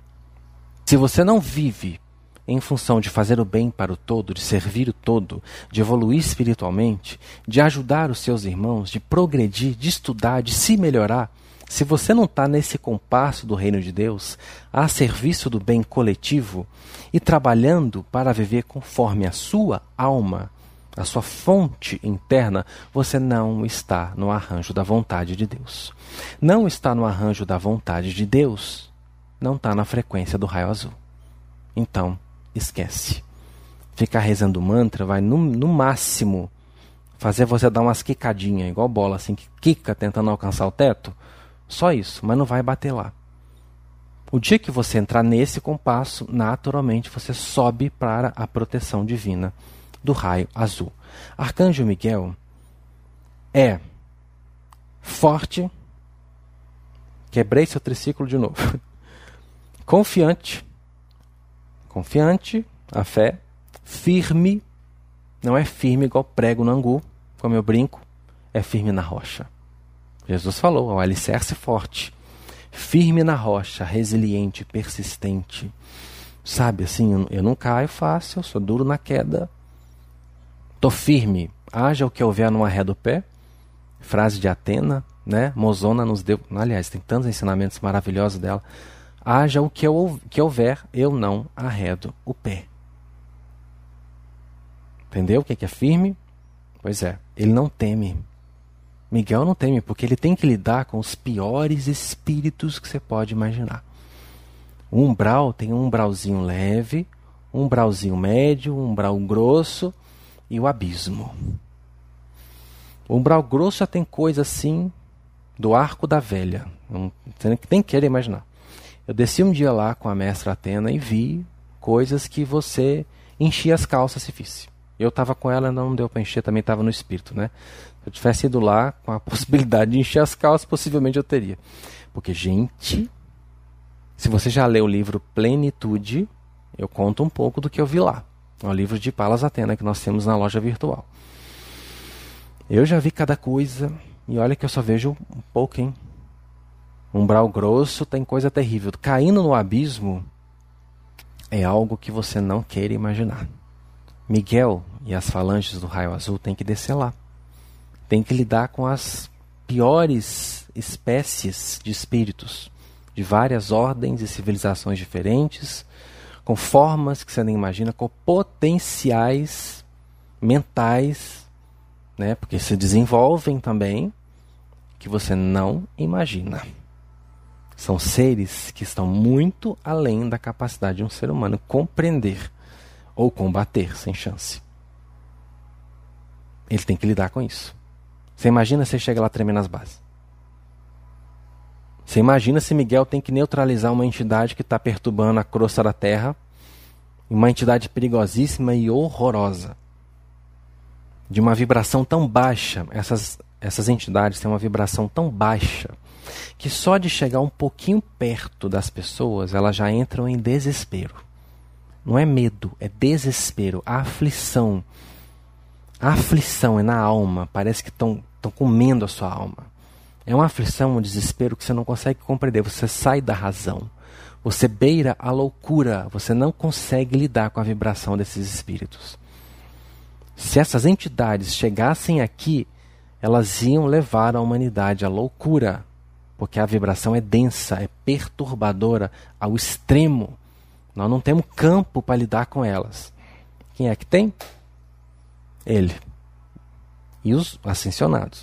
Se você não vive em função de fazer o bem para o todo, de servir o todo, de evoluir espiritualmente, de ajudar os seus irmãos, de progredir, de estudar, de se melhorar, se você não está nesse compasso do reino de Deus, a serviço do bem coletivo e trabalhando para viver conforme a sua alma, a sua fonte interna, você não está no arranjo da vontade de Deus. Não está no arranjo da vontade de Deus, não está na frequência do raio azul. Então, esquece. Ficar rezando mantra vai no, no máximo fazer você dar umas quicadinhas, igual bola assim, que quica tentando alcançar o teto. Só isso, mas não vai bater lá. O dia que você entrar nesse compasso, naturalmente você sobe para a proteção divina do raio azul. Arcanjo Miguel é forte, quebrei seu triciclo de novo, confiante, confiante, a fé, firme, não é firme igual prego no angu, como eu brinco, é firme na rocha. Jesus falou, o alicerce forte, firme na rocha, resiliente, persistente. Sabe, assim, eu, eu não caio fácil, eu sou duro na queda. Tô firme, haja o que houver numa ré do pé. Frase de Atena, né? Mozona nos deu, aliás, tem tantos ensinamentos maravilhosos dela. Haja o que, eu, que houver, eu não arredo o pé. Entendeu o que é firme? Pois é, ele não teme. Miguel não teme, porque ele tem que lidar com os piores espíritos que você pode imaginar. O umbral tem um umbralzinho leve, um umbralzinho médio, um umbral grosso e o abismo. O umbral grosso já tem coisa assim do arco da velha. Você nem queira imaginar. Eu desci um dia lá com a mestra Atena e vi coisas que você enchia as calças se visse. Eu estava com ela, não deu para encher, também estava no espírito, né? Se eu tivesse ido lá com a possibilidade de encher as calças, possivelmente eu teria. Porque, gente, se você já leu o livro Plenitude, eu conto um pouco do que eu vi lá. É o livro de Palas Atena que nós temos na loja virtual. Eu já vi cada coisa, e olha que eu só vejo um pouco, hein? Umbral grosso tem coisa terrível. Caindo no abismo é algo que você não queira imaginar. Miguel e as falanges do raio azul têm que descer lá. Tem que lidar com as piores espécies de espíritos, de várias ordens e civilizações diferentes, com formas que você nem imagina, com potenciais mentais, né, porque se desenvolvem também, que você não imagina. São seres que estão muito além da capacidade de um ser humano compreender ou combater sem chance. Ele tem que lidar com isso. Você imagina se chega lá tremendo as bases. Você imagina se Miguel tem que neutralizar uma entidade que está perturbando a crosta da Terra, uma entidade perigosíssima e horrorosa, de uma vibração tão baixa. Essas essas entidades têm uma vibração tão baixa que só de chegar um pouquinho perto das pessoas, elas já entram em desespero. Não é medo, é desespero, aflição. A aflição é na alma, parece que estão comendo a sua alma. É uma aflição, um desespero que você não consegue compreender, você sai da razão. Você beira a loucura, você não consegue lidar com a vibração desses espíritos. Se essas entidades chegassem aqui, elas iam levar a humanidade à loucura, porque a vibração é densa, é perturbadora ao extremo. Nós não temos campo para lidar com elas. Quem é que tem? Ele. E os ascensionados.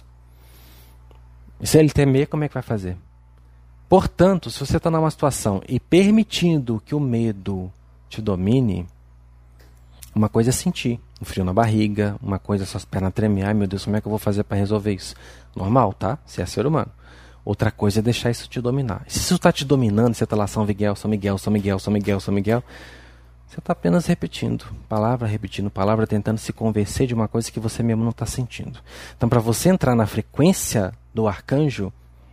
E se ele temer, como é que vai fazer? Portanto, se você está numa situação e permitindo que o medo te domine, uma coisa é sentir um frio na barriga, uma coisa é suas pernas tremer. Ai meu Deus, como é que eu vou fazer para resolver isso? Normal, tá? Você é ser humano. Outra coisa é deixar isso te dominar. Se isso está te dominando, você está lá São Miguel, São Miguel, São Miguel, São Miguel, São Miguel, você está apenas repetindo, palavra repetindo palavra, tentando se convencer de uma coisa que você mesmo não está sentindo. Então, para você entrar na frequência do arcanjo,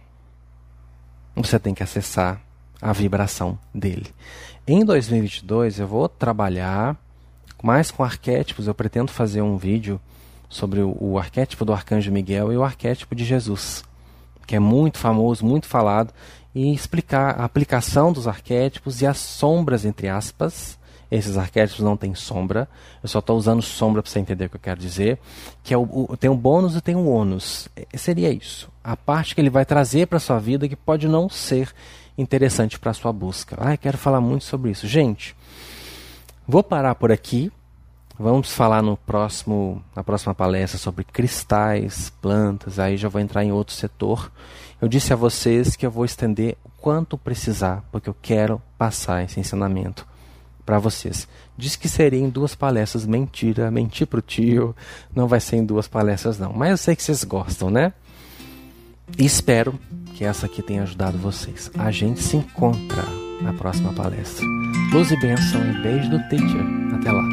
você tem que acessar a vibração dele. Em dois mil e vinte e dois, eu vou trabalhar mais com arquétipos. Eu pretendo fazer um vídeo sobre o, o arquétipo do arcanjo Miguel e o arquétipo de Jesus, que é muito famoso, muito falado, e explicar a aplicação dos arquétipos e as sombras, entre aspas. Esses arquétipos não têm sombra, eu só estou usando sombra para você entender o que eu quero dizer, que é o, o, tem um bônus e tem um ônus. E seria isso, a parte que ele vai trazer para a sua vida que pode não ser interessante para a sua busca. Ah, eu quero falar muito sobre isso. Gente, vou parar por aqui. Vamos falar no próximo, na próxima palestra sobre cristais, plantas, aí já vou entrar em outro setor. Eu disse a vocês que eu vou estender o quanto precisar, porque eu quero passar esse ensinamento para vocês. Disse que seria em duas palestras. Mentira, menti pro tio, não vai ser em duas palestras não. Mas eu sei que vocês gostam, né? E espero que essa aqui tenha ajudado vocês. A gente se encontra na próxima palestra. Luz e bênção e beijo do teacher. Até lá.